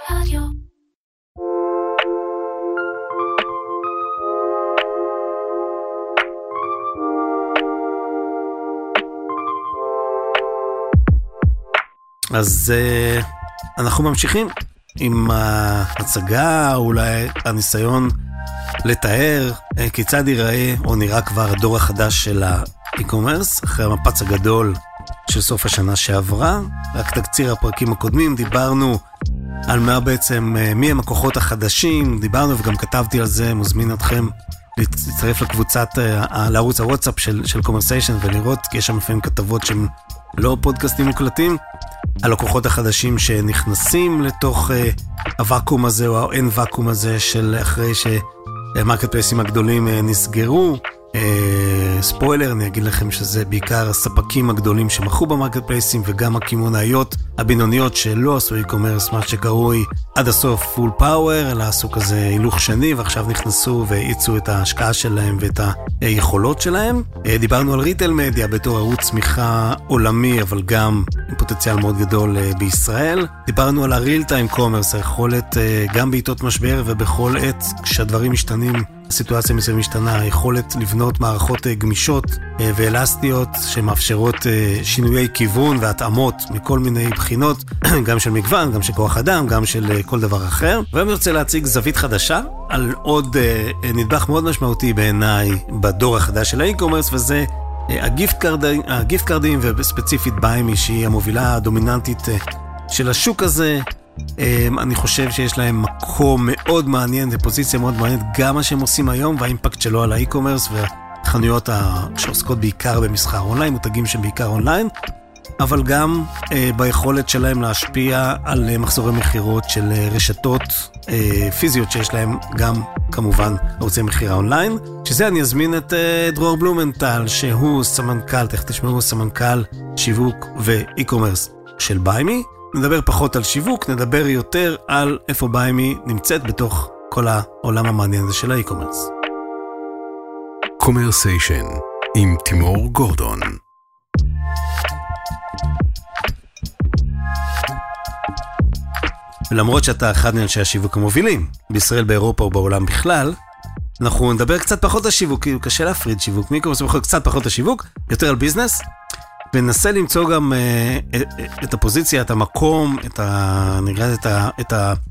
רדיו. אז אנחנו ממשיכים עם ההצגה, אולי הניסיון לתאר כיצד ייראה או נראה כבר הדור החדש של האי-קומרס, אחרי המפץ הגדול של סוף השנה שעברה. רק תקציר הפרקים הקודמים, דיברנו על מה בעצם, מי הם הכוחות החדשים, דיברנו וגם כתבתי על זה, מוזמין אתכם להצטרף לקבוצת, לערוץ הוואטסאפ של קומרסיישן ולראות, כי יש שם לפעמים כתבות שהם לא פודקאסטים מוקלטים, על הכוחות החדשים שנכנסים לתוך הוואקום הזה או האין וואקום הזה של אחרי שמרקט פלייסים הגדולים נסגרו. ספוילר, אני אגיד לכם שזה בעיקר הספקים הגדולים שמכרו במרקט פלייסים וגם הכימונאיות הבינוניות שלא עשו אי-קומרס, מה שקרוי עד הסוף פול פאוור, אלא עשו כזה הילוך שני ועכשיו נכנסו והאיצו את ההשקעה שלהם ואת היכולות שלהם. דיברנו על ריטל מדיה בתור ערוץ צמיחה עולמי אבל גם עם פוטנציאל מאוד גדול בישראל. דיברנו על הריל טיים קומרס, היכולת גם בעיתות משבר ובכל עת כשהדברים משתנים, הסיטואציה מסביב משתנה, היכולת לבנות מערכות גמישות ואלסטיות שמאפשרות שינויי כיוון והתאמות מכל מיני בחינות, גם של מגוון, גם של כוח אדם, גם של כל דבר אחר. והיום אני רוצה להציג זווית חדשה על עוד נדבך מאוד משמעותי בעיניי בדור החדש של האי-קומרס, וזה הגיפט קארדים ובספציפית ביימי, שהיא המובילה הדומיננטית של השוק הזה. אני חושב שיש להם מקום מאוד מעניין ופוזיציה מאוד מעניינת, גם מה שהם עושים היום והאימפקט שלו על האי-קומרס והחנויות שעוסקות בעיקר במסחר אונליין, מותגים שבעיקר אונליין, אבל גם ביכולת שלהם להשפיע על מחזורי מחירות של רשתות פיזיות שיש להם גם כמובן ערוצי מחירה אונליין. שזה אני אזמין את דרור בלומנטל, שהוא סמנכ"ל, תכף תשמעו, סמנכ"ל שיווק ואי-קומרס של ביימי. נדבר פחות על שיווק, נדבר יותר על איפה ביימי נמצאת בתוך כל העולם המעניין הזה של האי-קומרס. קומרסיישן עם תימור גורדון. ולמרות שאתה אחד מאנשי השיווק המובילים, בישראל, באירופה ובעולם בכלל, אנחנו נדבר קצת פחות על שיווק, כי קשה להפריד שיווק, מאי-קומרס קצת פחות על שיווק, יותר על ביזנס, וננסה למצוא גם את הפוזיציה, את המקום, את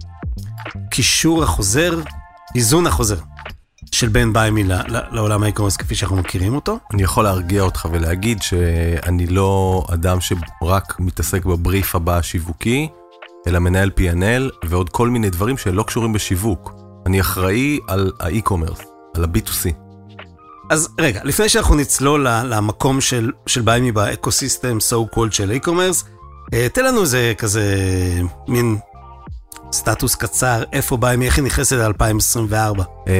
הקישור החוזר, איזון החוזר של בין ביימי לעולם האי-קומרס כפי שאנחנו מכירים אותו. אני יכול להרגיע אותך ולהגיד שאני לא אדם שרק מתעסק בבריף הבא השיווקי, אלא מנהל P&L ועוד כל מיני דברים שלא קשורים בשיווק. אני אחראי על האי-קומרס, על ה-B2C. אז רגע, לפני שאנחנו נצלול למקום של ביימי באקוסיסטם so called של אי-קומרס, תן לנו איזה כזה מין סטטוס קצר, איפה ביימי, איך היא נכנסת ל-2024?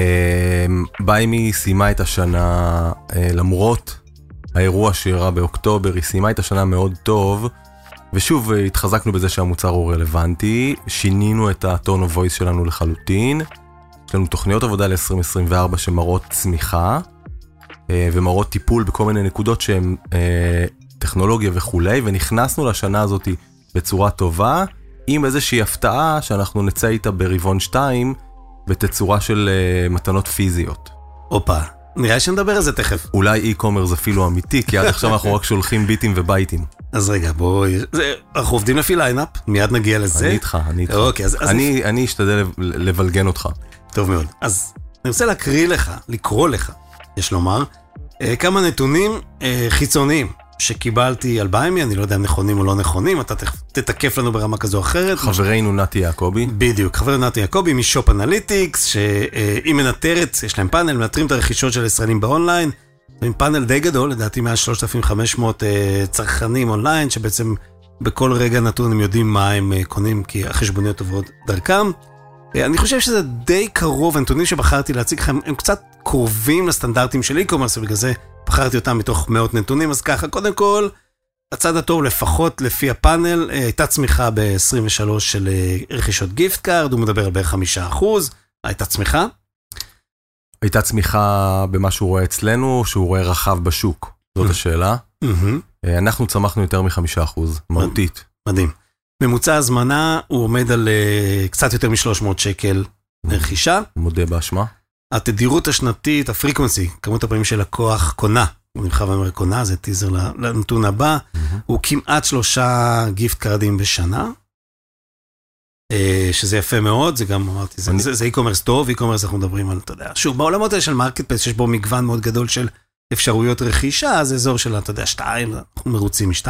ביימי סיימה את השנה, למרות האירוע שאירע באוקטובר, היא סיימה את השנה מאוד טוב, ושוב התחזקנו בזה שהמוצר הוא רלוונטי, שינינו את ה-tone of voice שלנו לחלוטין, יש לנו תוכניות עבודה ל-2024 שמראות צמיחה, ומראות טיפול בכל מיני נקודות שהן טכנולוגיה וכולי, ונכנסנו לשנה הזאת בצורה טובה, עם איזושהי הפתעה שאנחנו נצא איתה ברבעון 2, בתצורה של מתנות פיזיות. אופה, נראה שנדבר על זה תכף. אולי אי-קומרס אפילו אמיתי, כי עד עכשיו אנחנו רק שולחים ביטים ובייטים. אז רגע, בואי, אנחנו עובדים לפי ליינאפ, מיד נגיע לזה. אני איתך. אוקיי, אז אני אשתדל לבלגן אותך. טוב מאוד. אז אני רוצה לקרוא לך, יש לומר, כמה נתונים חיצוניים שקיבלתי על ביימי, אני לא יודע אם נכונים או לא נכונים, אתה תתקף לנו ברמה כזו או אחרת. חברינו נתי יעקובי. בדיוק, חברנו נתי יעקובי משופ אנליטיקס, שהיא מנטרת, יש להם פאנל, מנטרים את הרכישות של ישראלים באונליין, עם פאנל די גדול, לדעתי מעל 3,500 צרכנים אונליין, שבעצם בכל רגע נתון הם יודעים מה הם קונים, כי החשבוניות עוברות דרכם. אני חושב שזה די קרוב, הנתונים שבחרתי להציג לכם, הם קצת קרובים לסטנדרטים של אי-קומרס, ובגלל זה בחרתי אותם מתוך מאות נתונים. אז ככה, קודם כל, הצד הטוב לפחות לפי הפאנל, הייתה צמיחה ב-23 של רכישות גיפט קארד, הוא מדבר על בערך 5%, הייתה צמיחה. הייתה צמיחה במה שהוא רואה אצלנו, שהוא רואה רחב בשוק, זאת השאלה. אנחנו צמחנו יותר מ5%, מהותית. מדהים. ממוצע הזמנה הוא עומד על קצת יותר מ-300 שקל לרכישה. מודה באשמה. התדירות השנתית, הפריקונסי, כמות הפעמים שלקוח קונה, הוא נמחא ואומר קונה, זה טיזר לנתון הבא, הוא כמעט 3 גיפט קארדים בשנה, שזה יפה מאוד, זה גם אמרתי, זה e-commerce טוב, e-commerce אנחנו מדברים על, אתה יודע, שוב, בעולמות האלה של מרקט פלייס, שיש בו מגוון מאוד גדול של אפשרויות רכישה, זה אזור של, אתה יודע, 2, אנחנו מרוצים מ2.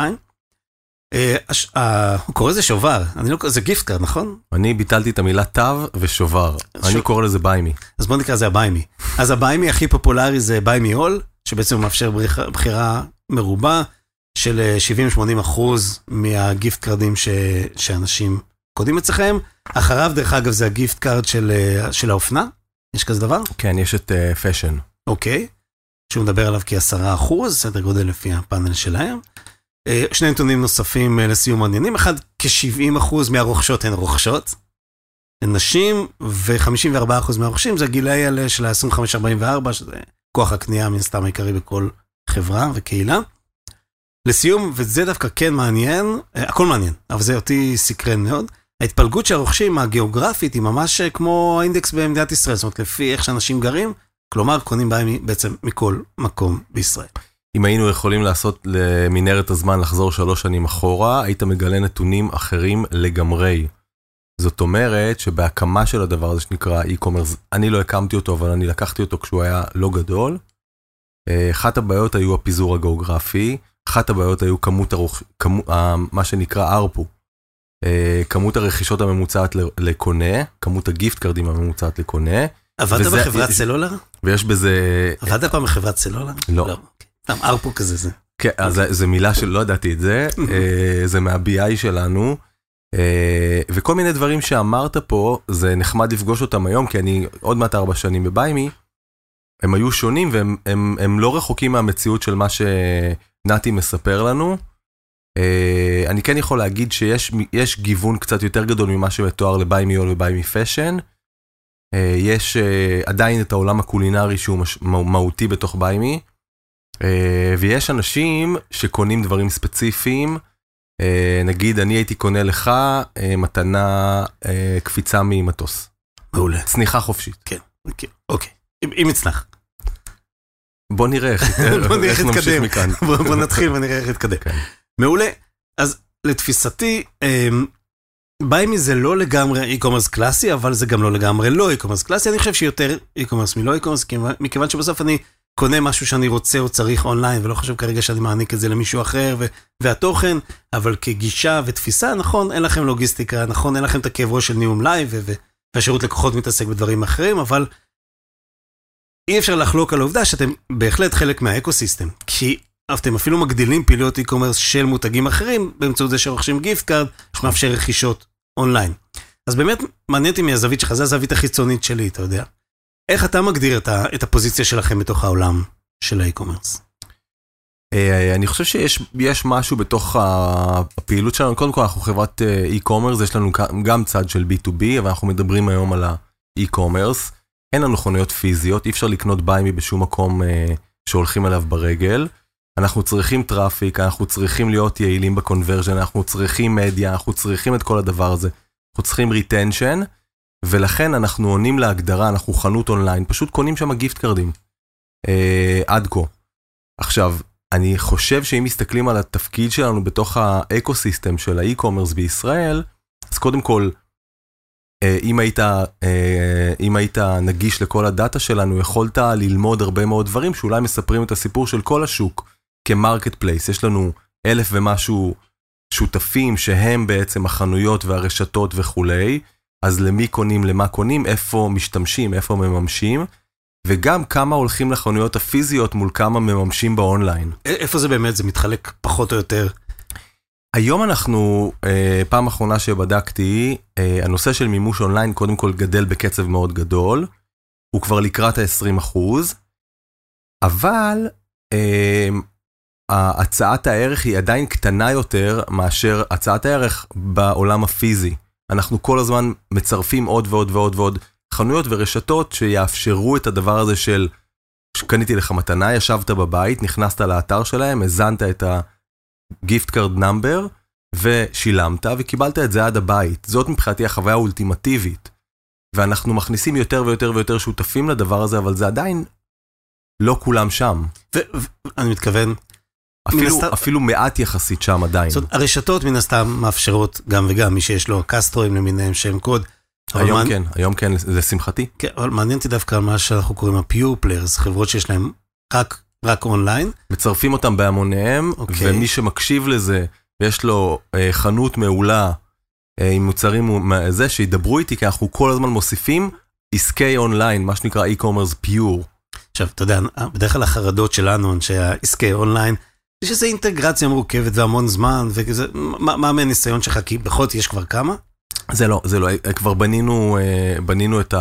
הוא קורא לזה שובר, זה גיפט קארד, נכון? אני ביטלתי את המילה תו ושובר, אני קורא לזה ביימי. אז בוא נקרא זה הביימי. אז הביימי הכי פופולרי זה ביימי אול, שבעצם מאפשר בחירה מרובה של 70-80% מהגיפט קארדים שאנשים קודים אצלכם. אחריו, דרך אגב, זה הגיפט קארד של האופנה. יש כזה דבר? כן, יש את פשן. אוקיי. שהוא מדבר עליו כ10%, סדר גודל לפי הפאנל שלהם. שני נתונים נוספים לסיום מעניינים. אחד, כ70% מהרוכשות הן רוכשות. הן נשים, ו54% מהרוכשים זה הגילי האלה של ה-25-44, שזה כוח הקנייה מן סתם העיקרי בכל חברה וקהילה. לסיום, וזה דווקא כן מעניין, הכל מעניין, אבל זה אותי סקרן מאוד, ההתפלגות של הרוכשים הגיאוגרפית היא ממש כמו האינדקס במדינת ישראל, זאת אומרת לפי איך שאנשים גרים, כלומר קונים בהם בעצם מכל מקום בישראל. אם היינו יכולים לעשות למנהרת הזמן לחזור 3 שנים אחורה, היית מגלה נתונים אחרים לגמרי. זאת אומרת שבהקמה של הדבר הזה שנקרא e-commerce, אני לא הקמתי אותו, אבל אני לקחתי אותו כשהוא היה לא גדול. אחת הבעיות היו הפיזור הגיאוגרפי, אחת הבעיות היו מה שנקרא ארפו. כמות הרכישות הממוצעת לקונה, כמות הגיפט קארדים הממוצעת לקונה. עבדת בחברת סלולר? ויש בזה... עבדת פעם בחברת סלולר? לא. סתם, ארפו כזה זה. כן, אז זה מילה שלא ידעתי את זה, זה מה-BI שלנו, וכל מיני דברים שאמרת פה, זה נחמד לפגוש אותם היום, כי אני עוד מעט 4 שנים בביימי, הם היו שונים, והם לא רחוקים מהמציאות של מה שנתי מספר לנו. אני כן יכול להגיד שיש גיוון קצת יותר גדול ממה שמתואר לביימי אול וביימי פשן, יש עדיין את העולם הקולינרי שהוא מהותי בתוך ביימי, ויש אנשים שקונים דברים ספציפיים, נגיד אני הייתי קונה לך מתנה קפיצה ממטוס. מעולה. צניחה חופשית. כן, אוקיי. אם יצנח. בוא נראה איך נמשיך מכאן. בוא נתחיל ונראה איך נתקדם. מעולה. אז לתפיסתי, ביימי זה לא לגמרי e-commerce קלאסי, אבל זה גם לא לגמרי לא e-commerce קלאסי. אני חושב שיותר e-commerce מלא e-commerce, מכיוון שבסוף אני קונה משהו שאני רוצה או צריך אונליין, ולא חושב כרגע שאני מעניק את זה למישהו אחר, והתוכן, אבל כגישה ותפיסה, נכון, אין לכם לוגיסטיקה, נכון, אין לכם את הכאב ראש של ניום לייב, והשירות לקוחות מתעסק בדברים אחרים, אבל אי אפשר לחלוק על העובדה שאתם בהחלט חלק מהאקוסיסטם, כי אתם אפילו מגדילים פעילויות e-commerce של מותגים אחרים, באמצעות זה שרוכשים גיפט קארד, שמאפשר רכישות אונליין. אז באמת מעניינתי מהזווית שלך, זה הזווית החיצונית שלי, אתה יודע. איך אתה מגדיר את הפוזיציה שלכם בתוך העולם של האי-קומרס? אני חושב שיש משהו בתוך הפעילות שלנו. קודם כל אנחנו חברת אי-קומרס, יש לנו גם צד של B2B, אבל אנחנו מדברים היום על האי-קומרס. אין לנו חנויות פיזיות, אי אפשר לקנות ביימי בשום מקום שהולכים אליו ברגל. אנחנו צריכים טראפיק, אנחנו צריכים להיות יעילים בקונברז'ן, אנחנו צריכים מדיה, אנחנו צריכים את כל הדבר הזה. אנחנו צריכים ריטנשן, ולכן אנחנו עונים להגדרה, אנחנו חנות אונליין, פשוט קונים שם גיפט קארדים. עד כה. עכשיו, אני חושב שאם מסתכלים על התפקיד שלנו בתוך האקוסיסטם של האי-קומרס בישראל, אז קודם כל, אם היית נגיש לכל הדאטה שלנו, יכולת ללמוד הרבה מאוד דברים שאולי מספרים את הסיפור של כל השוק כמרקט פלייס. יש לנו 1,000 ומשהו שותפים שהם בעצם החנויות והרשתות וכולי, אז למי קונים, למה קונים, איפה משתמשים, איפה מממשים, וגם כמה הולכים לחנויות הפיזיות מול כמה מממשים באונליין. איפה זה באמת? זה מתחלק פחות או יותר? היום אנחנו, פעם אחרונה שבדקתי, הנושא של מימוש אונליין קודם כל גדל בקצב מאוד גדול, הוא כבר לקראת ה-20%, אבל הצעת הערך היא עדיין קטנה יותר מאשר הצעת הערך בעולם הפיזי. אנחנו כל הזמן מצרפים עוד ועוד ועוד ועוד חנויות ורשתות שיאפשרו את הדבר הזה של שקניתי לך מתנה, ישבת בבית, נכנסת לאתר שלהם, הזנת את ה-gift card number, ושילמת וקיבלת את זה עד הבית. זאת מבחינתי החוויה האולטימטיבית. ואנחנו מכניסים יותר ויותר ויותר שותפים לדבר הזה, אבל זה עדיין לא כולם שם. אני מתכוון... אפילו מעט יחסית שם עדיין. זאת, הרשתות מן הסתם מאפשרות גם וגם, מי שיש לו קסטרואים למיניהם שם קוד. היום כן, זה שמחתי. כן, אבל מעניין אותי דווקא על מה שאנחנו קוראים הפיור פליירס, חברות שיש להם רק אונליין. מצרפים אותם בהמוניהם, ומי שמקשיב לזה, ויש לו חנות מעולה, עם מוצרים זה, שידברו איתי, כי אנחנו כל הזמן מוסיפים עסקי אונליין, מה שנקרא e-commerce פיור. עכשיו, אתה יודע, בדרך כלל החרדות שלנו, אנשי העסקי אונליין, יש איזו אינטגרציה מורכבת והמון זמן, וכזה, מה מהניסיון שלך? כי בכל זאת יש כבר כמה? זה לא, כבר בנינו את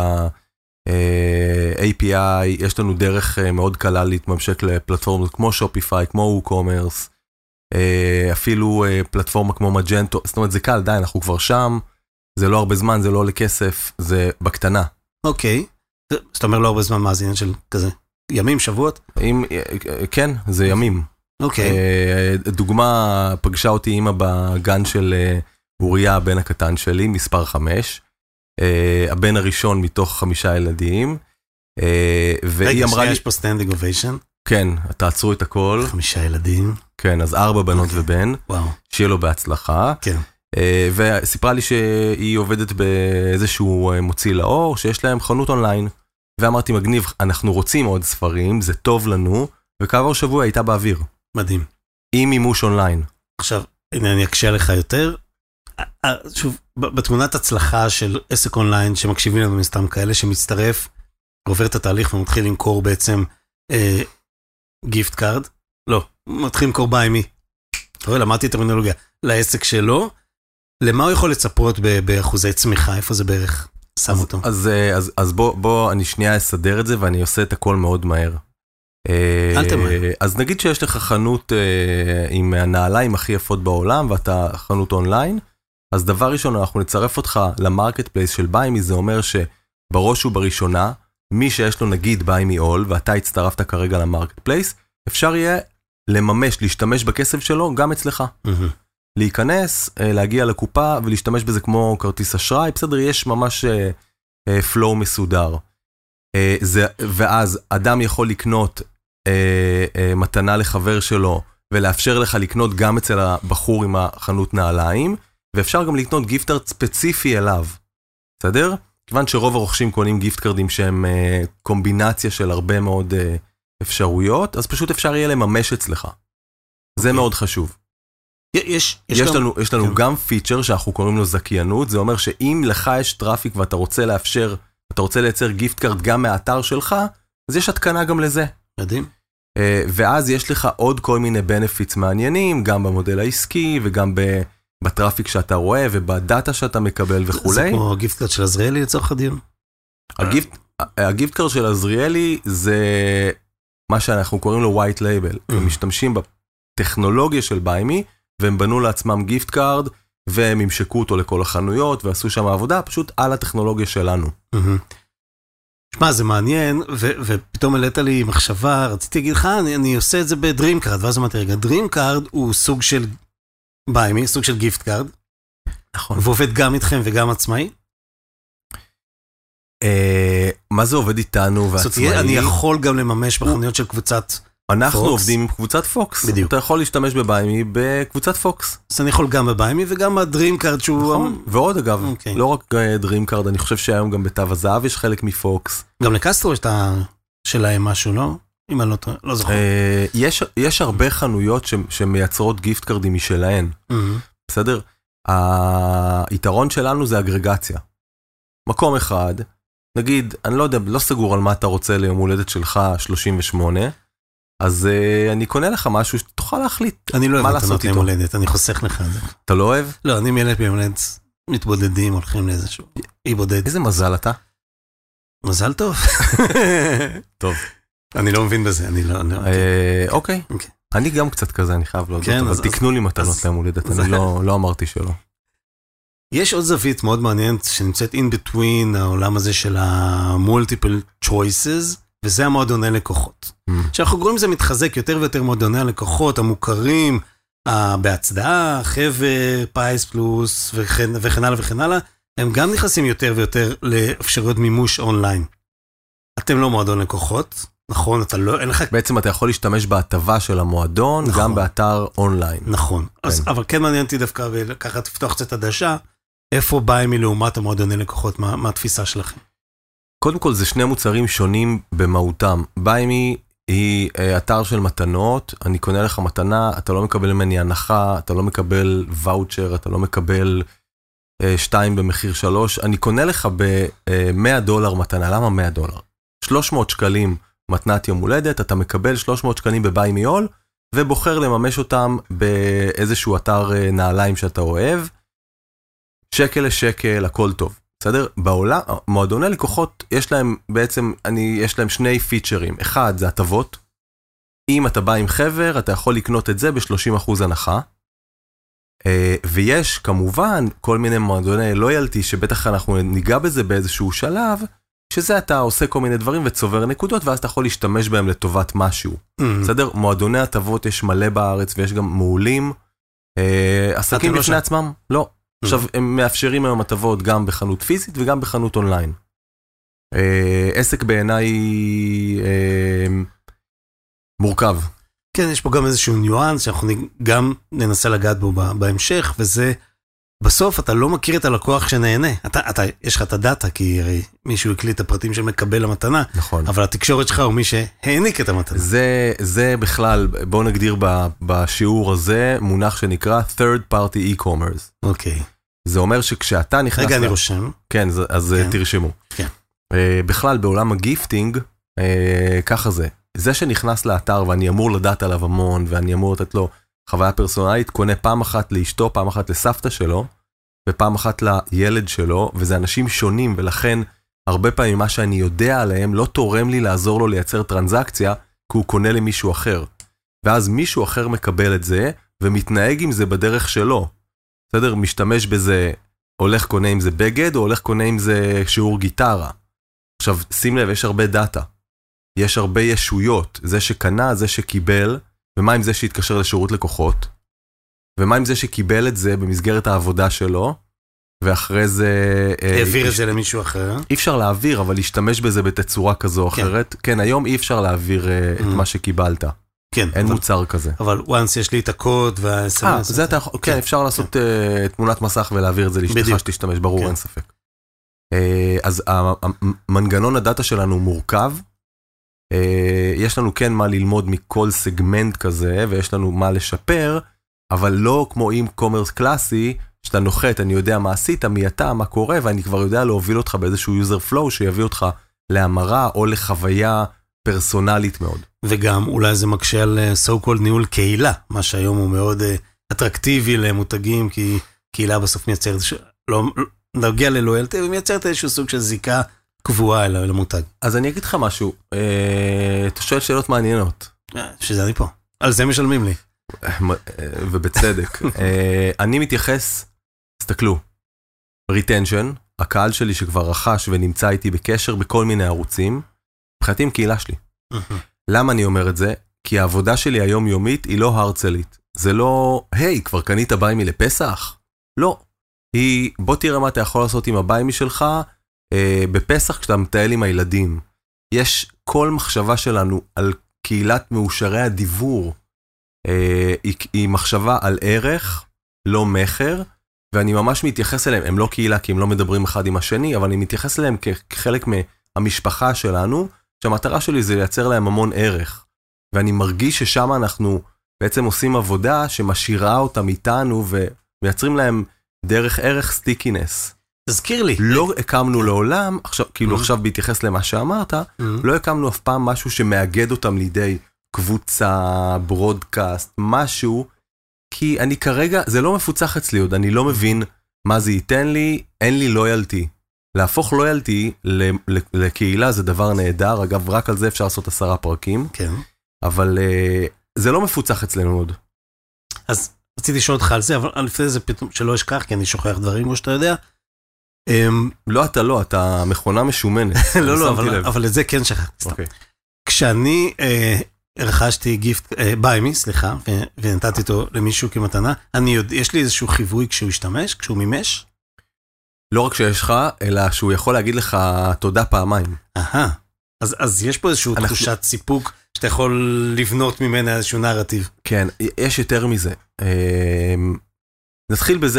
ה-API, יש לנו דרך מאוד קלה להתממשק לפלטפורמות כמו שופיפיי, כמו WooCommerce, אפילו פלטפורמה כמו מג'נטו, זאת אומרת זה קל, די, אנחנו כבר שם, זה לא הרבה זמן, זה לא עולה כסף, זה בקטנה. אוקיי, זאת אומרת לא הרבה זמן, מה זה עניין של כזה, ימים, שבועות? כן, זה ימים. אוקיי. דוגמה, פגשה אותי אמא בגן של אוריה, הבן הקטן שלי, מספר 5, הבן הראשון מתוך 5 ילדים, והיא אמרה לי... יש פה סטנדינג אוביישן? כן, תעצרו את הכל. 5 ילדים. כן, אז 4 בנות ובן, שיהיה לו בהצלחה. כן. וסיפרה לי שהיא עובדת באיזשהו מוציא לאור, שיש להם חנות אונליין, ואמרתי, מגניב, אנחנו רוצים עוד ספרים, זה טוב לנו, וכעבור שבוע הייתה באוויר. מדהים. עם מימוש אונליין. עכשיו, הנה אני אקשה לך יותר. שוב, בתמונת הצלחה של עסק אונליין, שמקשיבים לנו מסתם כאלה, שמצטרף, עובר את התהליך ומתחיל למכור בעצם גיפט קארד. לא, מתחיל למכור ביי מי. אתה רואה, למדתי טרמינולוגיה. לעסק שלו, למה הוא יכול לצפות באחוזי צמיחה? איפה זה בערך שם אותו? אז בוא, אני שנייה אסדר את זה, ואני עושה את הכל מאוד מהר. אל תמהר. אז נגיד שיש לך חנות עם הנעליים הכי יפות בעולם, ואתה חנות אונליין, אז דבר ראשון, אנחנו נצרף אותך למרקט פלייס של BuyMe, זה אומר שבראש ובראשונה, מי שיש לו נגיד BuyMe All, ואתה הצטרפת כרגע למרקט פלייס, אפשר יהיה לממש, להשתמש בכסף שלו גם אצלך. להיכנס, להגיע לקופה ולהשתמש בזה כמו כרטיס אשראי, בסדר, יש ממש flow מסודר. ואז אדם יכול לקנות מתנה לחבר שלו, ולאפשר לך לקנות גם אצל הבחור עם החנות נעליים, ואפשר גם לקנות גיפטקארד ספציפי אליו. בסדר? כיוון שרוב הרוכשים קונים גיפטקארדים שהם קומבינציה של הרבה מאוד אפשרויות, אז פשוט אפשר יהיה לממש אצלך. זה מאוד חשוב. יש לנו גם פיצ'ר שאנחנו קוראים לו זכיינות, זה אומר שאם לך יש טראפיק ואתה רוצה לאפשר, אתה רוצה לייצר גיפטקארד גם מהאתר שלך, אז יש התקנה גם לזה. מדהים. ואז יש לך עוד כל מיני בנפיץ מעניינים, גם במודל העסקי וגם בטראפיק שאתה רואה ובדאטה שאתה מקבל וכו'. זה כמו הגיפטקארד של עזריאלי לצורך הדיון? הגיפטקארד של עזריאלי זה מה שאנחנו קוראים לו white label. הם משתמשים בטכנולוגיה של BuyMe, והם בנו לעצמם גיפט קארד, והם ימשקו אותו לכל החנויות, ועשו שם עבודה פשוט על הטכנולוגיה שלנו. שמע, זה מעניין, ופתאום העלית לי מחשבה, רציתי להגיד לך, אני עושה את זה בדרים קארד, ואז אמרתי, רגע, דרים קארד הוא סוג של BuyMe, סוג של גיפט קארד, נכון. ועובד גם איתכם וגם עצמאי? מה זה עובד איתנו ועצמאי? אני יכול גם לממש בחנויות של קבוצת אנחנו עובדים עם קבוצת פוקס. בדיוק. אתה יכול להשתמש בביימי בקבוצת פוקס. אז אני יכול גם בביימי וגם בדרים קארד שהוא... נכון. ועוד אגב, לא רק דרים קארד, אני חושב שהיום גם בתו הזהב יש חלק מפוקס. גם לקסטרו יש את שלהם משהו, לא? אם אני לא זוכר. יש הרבה חנויות שמייצרות גיפט קארדים משלהן. בסדר? היתרון שלנו זה אגרגציה. מקום אחד, נגיד, אני לא יודע, לא סגור על מה אתה רוצה ליום הולדת שלך 38, אז אני קונה לך משהו שתוכל להחליט. אני לא אוהב מתנות ליום הולדת, אני חוסך לך את זה. אתה לא אוהב? לא, אני מילד ביום הולדת מתבודדים, הולכים לאיזשהו אי בודד. איזה מזל אתה? מזל טוב. טוב. אני לא מבין בזה, אני לא... אוקיי. אני גם קצת כזה, אני חייב להודות, אבל תקנו לי מתנות ליום הולדת, אני לא אמרתי שלא. יש עוד זווית מאוד מעניינת שנמצאת in between העולם הזה של ה-multiple choices, וזה המועדוני לקוחות. שאנחנו קוראים לזה מתחזק יותר ויותר מועדוני הלקוחות, המוכרים, בהצדעה, חבר, פייס פלוס וכן הלאה וכן הלאה, הם גם נכנסים יותר ויותר לאפשרויות מימוש אונליין. אתם לא מועדון לקוחות, נכון? אתה לא, אין לך... בעצם אתה יכול להשתמש בהטבה של המועדון, נכון. גם באתר אונליין. נכון. כן. אז, אבל כן מעניין אותי דווקא, וככה תפתוח קצת הדשה, איפה בא מלעומת המועדוני לקוחות, מה התפיסה שלכם? קודם כל, זה שני מוצרים שונים במהותם. ביימי היא אתר של מתנות, אני קונה לך מתנה, אתה לא מקבל ממני הנחה, אתה לא מקבל ואוצ'ר, אתה לא מקבל 2 במחיר 3, אני קונה לך $100 מתנה, למה $100? 300 שקלים מתנת יום הולדת, אתה מקבל 300 שקלים בביי מי אול, ובוחר לממש אותם באיזשהו אתר נעליים שאתה אוהב, שקל לשקל, הכל טוב. בסדר? בעולם, מועדוני לקוחות, יש להם בעצם, יש להם שני פיצ'רים. אחד, זה הטבות. אם אתה בא עם חבר, אתה יכול לקנות את זה ב-30% הנחה. ויש כמובן כל מיני מועדוני לויאלטי, שבטח אנחנו ניגע בזה באיזשהו שלב, שזה אתה עושה כל מיני דברים וצובר נקודות, ואז אתה יכול להשתמש בהם לטובת משהו. בסדר? מועדוני הטבות יש מלא בארץ, ויש גם מעולים. עסקים לפני עצמם? לא. עכשיו, הם מאפשרים היום הטבות גם בחנות פיזית וגם בחנות אונליין. עסק בעיניי מורכב. כן, יש פה גם איזשהו ניואנס שאנחנו גם ננסה לגעת בו בהמשך, וזה, בסוף אתה לא מכיר את הלקוח שנהנה. יש לך את הדאטה, כי הרי מישהו הקליט את הפרטים של מקבל המתנה, נכון. אבל התקשורת שלך הוא מי שהעניק את המתנה. זה בכלל, בוא נגדיר בשיעור הזה, מונח שנקרא third party e-commerce. אוקיי. זה אומר שכשאתה נכנס... רגע, אני רושם. כן, אז תרשמו. כן. בכלל, בעולם הגיפטינג, ככה זה. זה שנכנס לאתר ואני אמור לדעת עליו המון, ואני אמור לתת לו חוויה פרסונלית, קונה פעם אחת לאשתו, פעם אחת לסבתא שלו, ופעם אחת לילד שלו, וזה אנשים שונים, ולכן הרבה פעמים מה שאני יודע עליהם, לא תורם לי לעזור לו לייצר טרנזקציה, כי הוא קונה למישהו אחר. ואז מישהו אחר מקבל את זה, ומתנהג עם זה בדרך שלו. בסדר? משתמש בזה, הולך קונה עם זה בגד, או הולך קונה עם זה שיעור גיטרה. עכשיו, שים לב, יש הרבה דאטה. יש הרבה ישויות. זה שקנה, זה שקיבל, ומה עם זה שהתקשר לשירות לקוחות? ומה עם זה שקיבל את זה במסגרת העבודה שלו, ואחרי זה... העביר את זה למישהו אחר. אי אפשר להעביר, אבל להשתמש בזה בתצורה כזו או אחרת. כן, היום אי אפשר להעביר את מה שקיבלת. כן. אין מוצר כזה. אבל once יש לי את הקוד והסמס. זה אתה יכול, כן, אפשר לעשות תמונת מסך ולהעביר את זה לאשתך שתשתמש, ברור, אין ספק. אז המנגנון הדאטה שלנו מורכב, יש לנו כן מה ללמוד מכל סגמנט כזה, ויש לנו מה לשפר, אבל לא כמו עם קומרס קלאסי, שאתה נוחת, אני יודע מה עשית, מי אתה, מה קורה, ואני כבר יודע להוביל אותך באיזשהו user flow, שיביא אותך להמרה או לחוויה פרסונלית מאוד. וגם אולי זה מקשה על so called ניהול קהילה, מה שהיום הוא מאוד אטרקטיבי למותגים, כי קהילה בסוף מייצרת, לא נגיע ללויאלטי, ומייצרת איזשהו סוג של זיקה קבועה למותג. אז אני אגיד לך משהו, אתה שואל שאלות מעניינות. שזה אני פה, על זה משלמים לי. ובצדק. אני מתייחס, תסתכלו, retention, הקהל שלי שכבר רכש ונמצא איתי בקשר בכל מיני ערוצים, מבחינתי עם קהילה שלי. למה אני אומר את זה? כי העבודה שלי היומיומית היא לא הרצלית. זה לא, היי, כבר קנית ביימי לפסח? לא. היא, בוא תראה מה אתה יכול לעשות עם הביימי שלך בפסח כשאתה מטייל עם הילדים. יש כל מחשבה שלנו על קהילת מאושרי הדיבור, היא מחשבה על ערך, לא מחר, ואני ממש מתייחס אליהם, הם לא קהילה כי הם לא מדברים אחד עם השני, אבל אני מתייחס אליהם כחלק מהמשפחה שלנו, שהמטרה שלי זה לייצר להם המון ערך, ואני מרגיש ששם אנחנו בעצם עושים עבודה שמשאירה אותם איתנו, ומייצרים להם דרך ערך סטיקינס. תזכיר לי. לא הקמנו לעולם, כאילו עכשיו בהתייחס למה שאמרת, לא הקמנו אף פעם משהו שמאגד אותם לידי קבוצה, ברודקאסט, משהו, כי אני כרגע, זה לא מפוצח אצלי עוד, אני לא מבין מה זה ייתן לי, אין לי לויאלטי. להפוך לויאלטי לקהילה זה דבר נהדר, אגב רק על זה אפשר לעשות 10 פרקים, כן. אבל זה לא מפוצח אצלנו עוד. אז רציתי לשאול אותך על זה, אבל לפני זה פתאום שלא אשכח, כי אני שוכח דברים כמו שאתה יודע. לא, אתה מכונה משומנת. לא, אבל את זה כן שכחתי. כשאני רכשתי גיפט, ביימי, סליחה, ונתתי אותו למישהו כמתנה, יש לי איזשהו חיווי כשהוא השתמש, כשהוא מימש? לא רק שיש לך, אלא שהוא יכול להגיד לך תודה פעמיים. אז יש פה איזשהו תחושת סיפוק, שאתה יכול לבנות ממנה איזשהו נרטיב. כן, יש יותר מזה. נתחיל בזה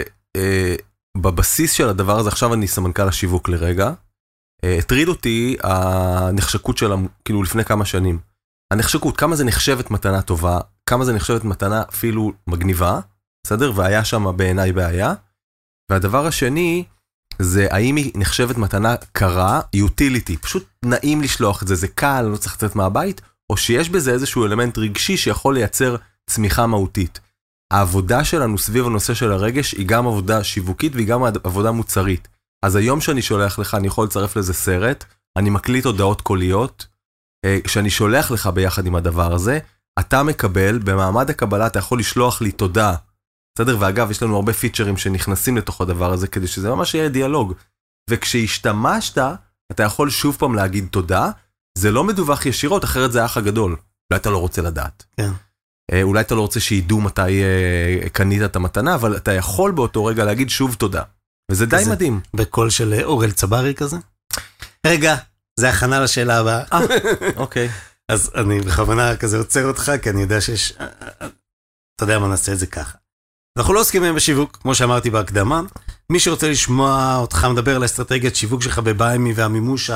שבבסיס של הדבר הזה, עכשיו אני סמנכ"ל השיווק לרגע, הטריד אותי הנחשקות שלה, כאילו לפני כמה שנים. הנחשקות, כמה זה נחשבת מתנה טובה, כמה זה נחשבת מתנה אפילו מגניבה, בסדר? והיה שם בעיניי בעיה. והדבר השני, זה האם היא נחשבת מתנה קרה, utility, פשוט נעים לשלוח את זה, זה קל, לא צריך לצאת מהבית, או שיש בזה איזשהו אלמנט רגשי שיכול לייצר צמיחה מהותית. העבודה שלנו סביב הנושא של הרגש היא גם עבודה שיווקית והיא גם עבודה מוצרית. אז היום שאני שולח לך, אני יכול לצרף לזה סרט, אני מקליט הודעות קוליות, כשאני שולח לך ביחד עם הדבר הזה, אתה מקבל, במעמד הקבלה אתה יכול לשלוח לי תודה, בסדר? ואגב, יש לנו הרבה פיצ'רים שנכנסים לתוך הדבר הזה, כדי שזה ממש יהיה דיאלוג. וכשהשתמשת, אתה יכול שוב פעם להגיד תודה, זה לא מדווח ישירות, אחרת זה האח הגדול. אולי אתה לא רוצה לדעת. כן. אולי אתה לא רוצה שידעו מתי קנית את המתנה, אבל אתה יכול באותו רגע להגיד שוב תודה. וזה די מדהים. בקול של אורל צברי כזה? רגע, זה הכנה לשאלה הבאה. אוקיי. אז אני בכוונה כזה עוצר אותך, כי אני יודע שיש... אתה יודע מה, נעשה את זה ככה. אנחנו לא עוסקים היום בשיווק, כמו שאמרתי בהקדמה. מי שרוצה לשמוע אותך מדבר על האסטרטגיית שיווק שלך בביימי והמימוש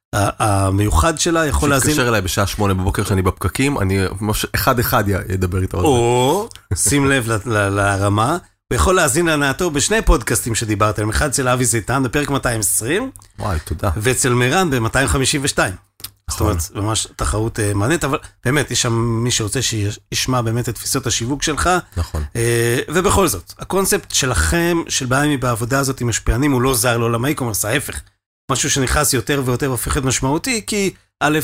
המיוחד שלה, יכול להזין... שתקשר אליי בשעה 8 בבוקר שאני בפקקים, אני אחד ידבר איתו. או, שים לב לרמה, הוא יכול להזין להנאתו בשני פודקאסטים שדיברת עליהם, אחד אצל אבי זיתן בפרק 220, וואי, תודה. ואצל מירן ב-252. זאת אומרת, ממש תחרות מעניינת, אבל באמת, יש שם מי שרוצה שישמע באמת את תפיסות השיווק שלך. נכון. ובכל זאת, הקונספט שלכם, של ביימי בעבודה הזאת עם משפיענים, הוא לא זר לעולם האי-קומרס, ההפך. משהו שנכנס יותר ויותר והופך את משמעותי, כי א',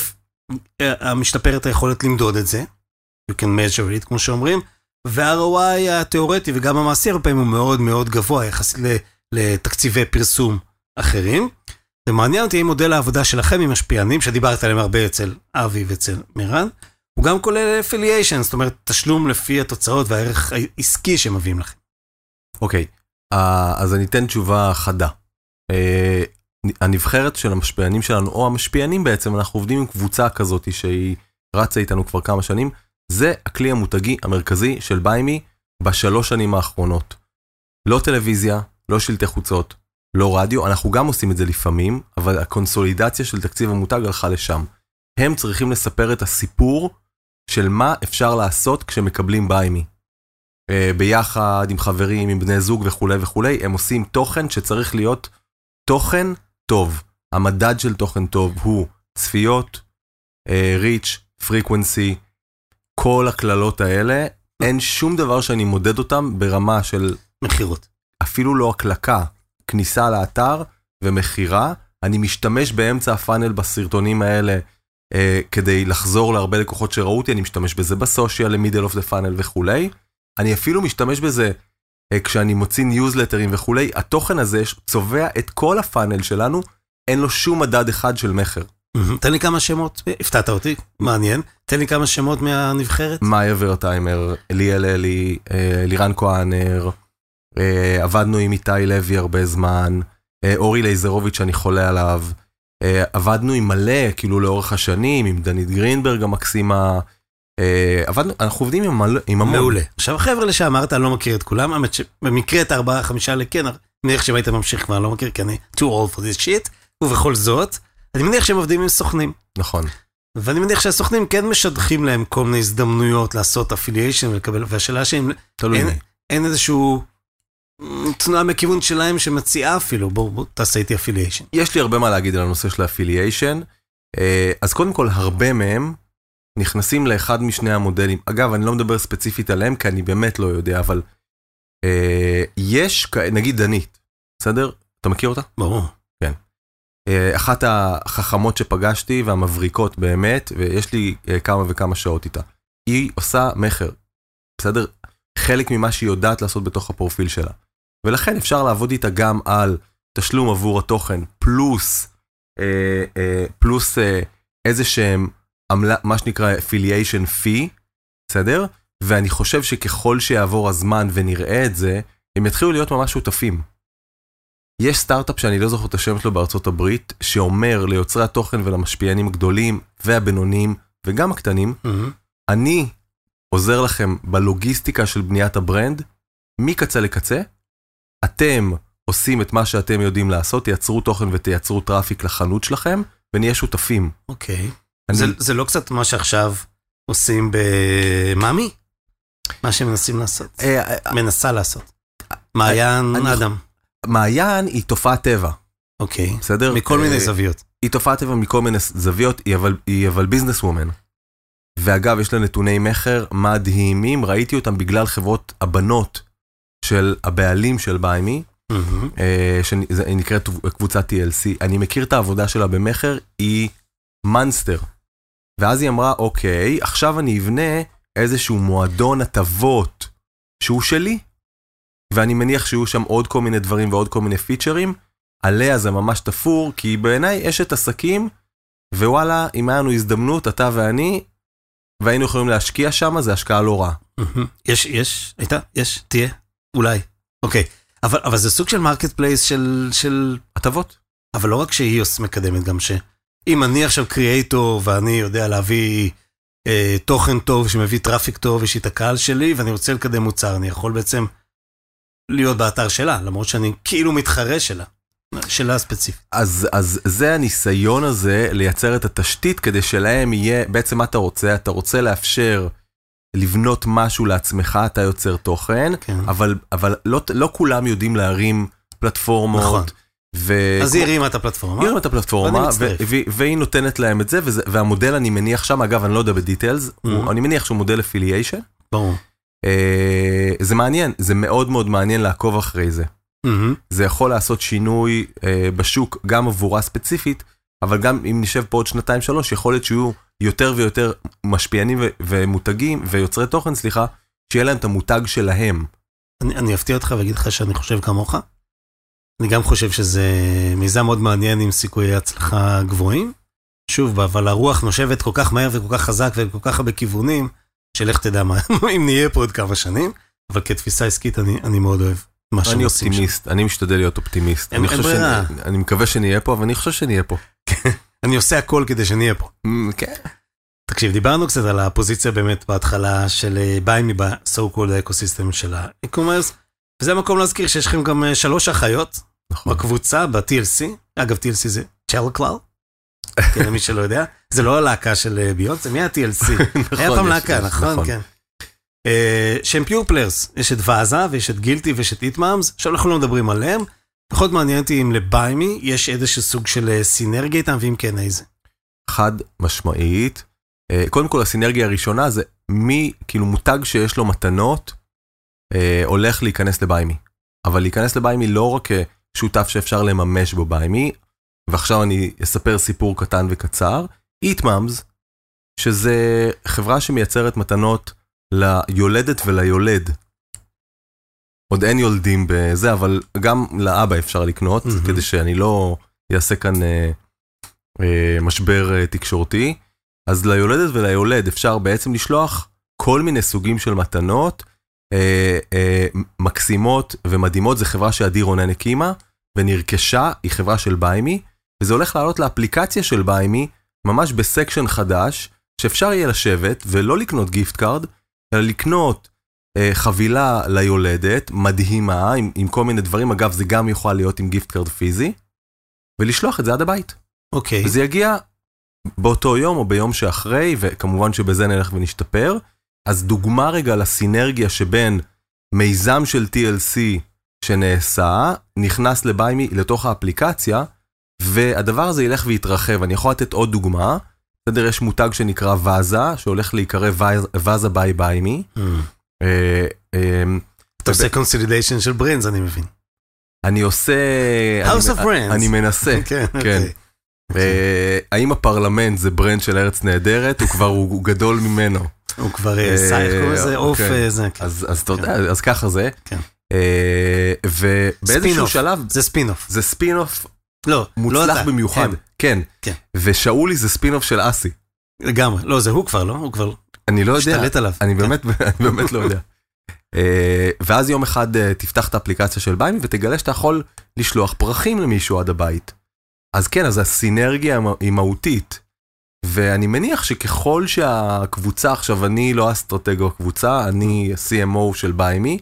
המשתפרת היכולת למדוד את זה, you can measure it, כמו שאומרים, וה-ROI התיאורטי וגם המעשי הרבה פעמים הוא מאוד מאוד גבוה, יחסית לתקציבי פרסום אחרים. ומעניין אותי אם מודל העבודה שלכם עם משפיענים, שדיברת עליהם הרבה אצל אבי ואצל מירן, הוא גם כולל affiliation, זאת אומרת, תשלום לפי התוצאות והערך העסקי שמביאים לכם. אוקיי, אז אני אתן תשובה חדה. הנבחרת של המשפיענים שלנו, או המשפיענים בעצם, אנחנו עובדים עם קבוצה כזאת שהיא רצה איתנו כבר כמה שנים, זה הכלי המותגי המרכזי של ביימי בשלוש שנים האחרונות. לא טלוויזיה, לא שלטי חוצות, לא רדיו, אנחנו גם עושים את זה לפעמים, אבל הקונסולידציה של תקציב המותג הלכה לשם. הם צריכים לספר את הסיפור של מה אפשר לעשות כשמקבלים ביימי. ביחד עם חברים, עם בני זוג וכו' וכו', הם עושים תוכן שצריך להיות תוכן טוב. המדד של תוכן טוב הוא צפיות, ריץ', פריקוונסי, כל הכללות האלה, אין שום דבר שאני מודד אותם ברמה של מחירות. אפילו לא הקלקה, כניסה לאתר ומחירה. אני משתמש באמצע הפאנל בסרטונים האלה, כדי לחזור להרבה לקוחות שראו אותי, אני משתמש בזה בסושיאל, למידל אוף דה פאנל וכולי. אני אפילו משתמש בזה כשאני מוציא ניוזלטרים וכולי. התוכן הזה צובע את כל הפאנל שלנו, אין לו שום מדד אחד של מחר. תן לי כמה שמות, הפתעת אותי, מעניין. תן לי כמה שמות מהנבחרת. מאיה ורטיימר, ליאל אלי, לירן כהנר, עבדנו עם איתי לוי הרבה זמן, אורי לייזרוביץ' שאני חולה עליו, עבדנו עם מלא, כאילו לאורך השנים, עם דנית גרינברג המקסימה, אנחנו עובדים עם המון. מעולה. עכשיו החבר'ה לשאמרת, אני לא מכיר את כולם, במקרה את 4-5 לכן, אני מניח שאם היית ממשיך כבר, אני לא מכיר, כי אני too old for this shit, ובכל זאת, אני מניח שהם עובדים עם סוכנים. נכון. ואני מניח שהסוכנים כן משדכים להם כל מיני הזדמנויות לעשות affiliation ולקבל, והשאלה שאין איזשהו תנועה מכיוון שלהם שמציעה אפילו, בוא תעשה איתי affiliation. יש לי הרבה מה להגיד על הנושא של affiliation, אז קודם כל הרבה מהם נכנסים לאחד משני המודלים. אגב, אני לא מדבר ספציפית עליהם, כי אני באמת לא יודע, אבל יש, נגיד דנית, בסדר? אתה מכיר אותה? ברור. כן. אחת החכמות שפגשתי והמבריקות באמת, ויש לי כמה וכמה שעות איתה. היא עושה מחר, בסדר? חלק ממה שהיא יודעת לעשות בתוך הפרופיל שלה. ולכן אפשר לעבוד איתה גם על תשלום עבור התוכן, פלוס איזה שהם מה שנקרא affiliation fee, בסדר? ואני חושב שככל שיעבור הזמן ונראה את זה, הם יתחילו להיות ממש שותפים. יש סטארט-אפ שאני לא זוכר את השם שלו בארצות הברית, שאומר ליוצרי התוכן ולמשפיענים הגדולים והבינוניים וגם הקטנים, אני עוזר לכם בלוגיסטיקה של בניית הברנד, מקצה לקצה, אתם עושים את מה שאתם יודעים לעשות, תייצרו תוכן ותייצרו טראפיק לחנות שלכם, ונהיה שותפים. אוקיי. זה לא קצת מה שעכשיו עושים במאמי? מה שמנסים לעשות? מנסה לעשות. מעיין אדם. מעיין היא תופעת טבע. אוקיי. בסדר? מכל מיני זוויות. היא תופעת טבע מכל מיני זוויות, היא אבל ביזנס וומן. ואגב, יש לה נתוני מחר מדהימים, ראיתי אותם בגלל חברות הבנות של הבעלים של ביימי, שהיא נקראת קבוצת TLC. אני מכיר את העבודה שלה במחר, היא מנסטר. ואז היא אמרה, אוקיי, עכשיו אני אבנה איזשהו מועדון הטבות שהוא שלי, ואני מניח שיהיו שם עוד כל מיני דברים ועוד כל מיני פיצ'רים, עליה זה ממש תפור, כי בעיניי יש את עסקים, ווואלה, אם היה לנו הזדמנות, אתה ואני, והיינו יכולים להשקיע שם, זה השקעה לא רע. תהיה, אולי. אוקיי, אבל זה סוג של מרקט פלייס של הטבות. אבל לא רק שהיא מקדמת, גם שאם אני עכשיו קריאייטור, ואני יודע להביא תוכן טוב, שמביא טראפיק טוב, יש את הקהל שלי, ואני רוצה לקדם מוצר, אני יכול בעצם להיות באתר שלה, למרות שאני כאילו מתחרה שלה ספציפית. אז זה הניסיון הזה לייצר את התשתית, כדי שלהם יהיה, בעצם מה אתה רוצה? אתה רוצה לאפשר לבנות משהו לעצמך, אתה יוצר תוכן, כן. אבל לא כולם יודעים להרים פלטפורמות. נכון. אז היא הרימה את הפלטפורמה. היא הרימה את הפלטפורמה, והיא נותנת להם את זה, והמודל אני מניח שם, אגב אני לא יודע בדיטיילס, אני מניח שהוא מודל אפיליישן. ברור. זה מעניין, זה מאוד מאוד מעניין לעקוב אחרי זה. זה יכול לעשות שינוי בשוק גם עבורה ספציפית, אבל גם אם נשב פה עוד 2-3, יכול להיות שיהיו יותר ויותר משפיענים ומותגים ויוצרי תוכן, סליחה, שיהיה להם את המותג שלהם. אני אפתיע אותך ואגיד לך שאני חושב כמוך. אני גם חושב שזה מיזם מאוד מעניין עם סיכויי הצלחה גבוהים. שוב, אבל הרוח נושבת כל כך מהר וכל כך חזק וכל כך הרבה כיוונים, שלך תדע מה, אם נהיה פה עוד כמה שנים, אבל כתפיסה עסקית אני מאוד אוהב. אני אופטימיסט, אני משתדל להיות אופטימיסט. אני מקווה שנהיה פה, אבל אני חושב שנהיה פה. אני עושה הכל כדי שנהיה פה. כן. תקשיב, דיברנו קצת על הפוזיציה באמת בהתחלה של ביימי ב-so called האקוסיסטם של האי-קומרס, וזה המקום להזכיר שיש לכם גם 3 אחיות בקבוצה, ב-TLC. אגב, TLC זה צ'לקלל, כן, למי שלא יודע. זה לא הלהקה של ביונס, זה מה-TLC. היה פעם להקה, נכון? כן. שהם פיור פליירס, יש את ואזה ויש את גילטי ויש את איטמאמס, עכשיו אנחנו לא מדברים עליהם, פחות מעניין אותי אם לביימי יש איזשהו סוג של סינרגיה איתם, ואם כן איזה. חד משמעית, קודם כל הסינרגיה הראשונה זה מי, כאילו מותג שיש לו מתנות, הולך להיכנס לביימי, אבל להיכנס לביימי לא רק שותף שאפשר לממש בו ביימי, ועכשיו אני אספר סיפור קטן וקצר, איטמאמס, שזה חברה שמייצרת מתנות, ליולדת וליולד. עוד אין יולדים בזה, אבל גם לאבא אפשר לקנות, כדי שאני לא אעשה כאן משבר תקשורתי. אז ליולדת וליולד אפשר בעצם לשלוח כל מיני סוגים של מתנות, מקסימות ומדהימות. זו חברה שעדי רונן הקימה, ונרכשה, היא חברה של ביימי, וזה הולך לעלות לאפליקציה של ביימי, ממש בסקשן חדש, שאפשר יהיה לשבת ולא לקנות גיפט קארד, אלא לקנות חבילה ליולדת, מדהימה, עם כל מיני דברים, אגב זה גם יכול להיות עם גיפט קארד פיזי, ולשלוח את זה עד הבית. אוקיי. וזה יגיע באותו יום או ביום שאחרי, וכמובן שבזה נלך ונשתפר. אז דוגמה רגע לסינרגיה שבין מיזם של TLC שנעשה, נכנס לביימי לתוך האפליקציה, והדבר הזה ילך ויתרחב. אני יכול לתת עוד דוגמה, בסדר, יש מותג שנקרא ואזה, שהולך להיקרא ואזה ביי ביימי. אתה עושה קונסולידיישן של ברנדס, אני מבין. אני עושה... House of Brands. אני מנסה, כן. האם הפרלמנט זה ברנד של ארץ נהדרת, הוא גדול ממנו. הוא כבר סייכו, זה אוף, זה. אז אתה יודע, אז ככה זה. ובאיזשהו שלב... זה ספין-אוף. זה ספין-אוף מוצלח במיוחד. כן. ושאולי זה ספין-אוף של אסי. לגמרי. לא, זה הוא כבר, לא? הוא כבר אני לא יודע. השתלט עליו. אני באמת לא יודע. ואז יום אחד תפתח את האפליקציה של ביימי ותגלה שאתה יכול לשלוח פרחים למישהו עד הבית. אז כן, אז הסינרגיה היא מהותית. ואני מניח שככל שהקבוצה, עכשיו אני לא אסטרטג בקבוצה, אני CMO של ביימי.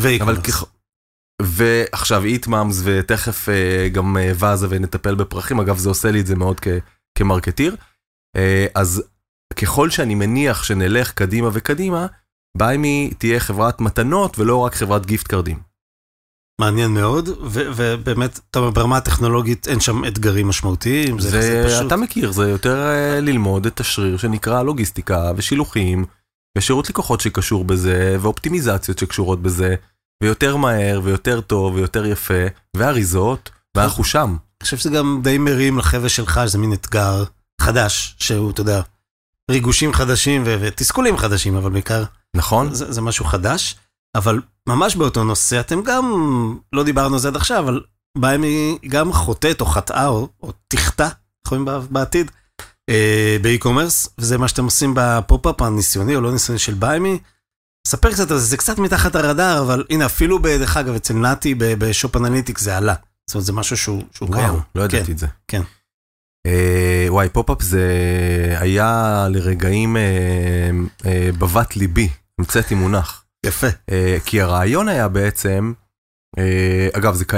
ועכשיו איטמאמס ותכף גם וזה ונטפל בפרחים, אגב זה עושה לי את זה מאוד כמרקטיר. אז ככל שאני מניח שנלך קדימה וקדימה, ביימי תהיה חברת מתנות ולא רק חברת גיפט קרדים. מעניין מאוד, ובאמת, ברמה הטכנולוגית אין שם אתגרים משמעותיים, זה פשוט. אתה מכיר, זה יותר ללמוד את השריר שנקרא לוגיסטיקה ושילוחים, ושירות לקוחות שקשור בזה, ואופטימיזציות שקשורות בזה, ויותר מהר, ויותר טוב, ויותר יפה, ואריזות, ואנחנו שם. אני חושב שזה גם די מרים לחבר'ה שלך, שזה מין אתגר חדש, שהוא, אתה יודע, ריגושים חדשים ותסכולים חדשים, אבל בעיקר נכון? זה משהו חדש, אבל ממש באותו נושא, אתם גם, לא דיברנו על זה עד עכשיו, אבל ביימי גם חוטאת או חטאה או תחטא, יכולים בעתיד, באי-קומרס, וזה מה שאתם עושים בפופ-אפ הניסיוני או לא ניסיוני של ביימי. ספר קצת על זה, זה קצת מתחת הרדאר, אבל הנה, אפילו בדרך אגב, אצל נתי בשופ אנליטיק זה עלה. זאת אומרת, זה משהו שהוא קיים. וואו, לא ידעתי את זה. כן. וואי, פופ-אפ זה היה לרגעים בבת ליבי, המצאתי מונח. יפה. כי הרעיון היה בעצם, אגב זה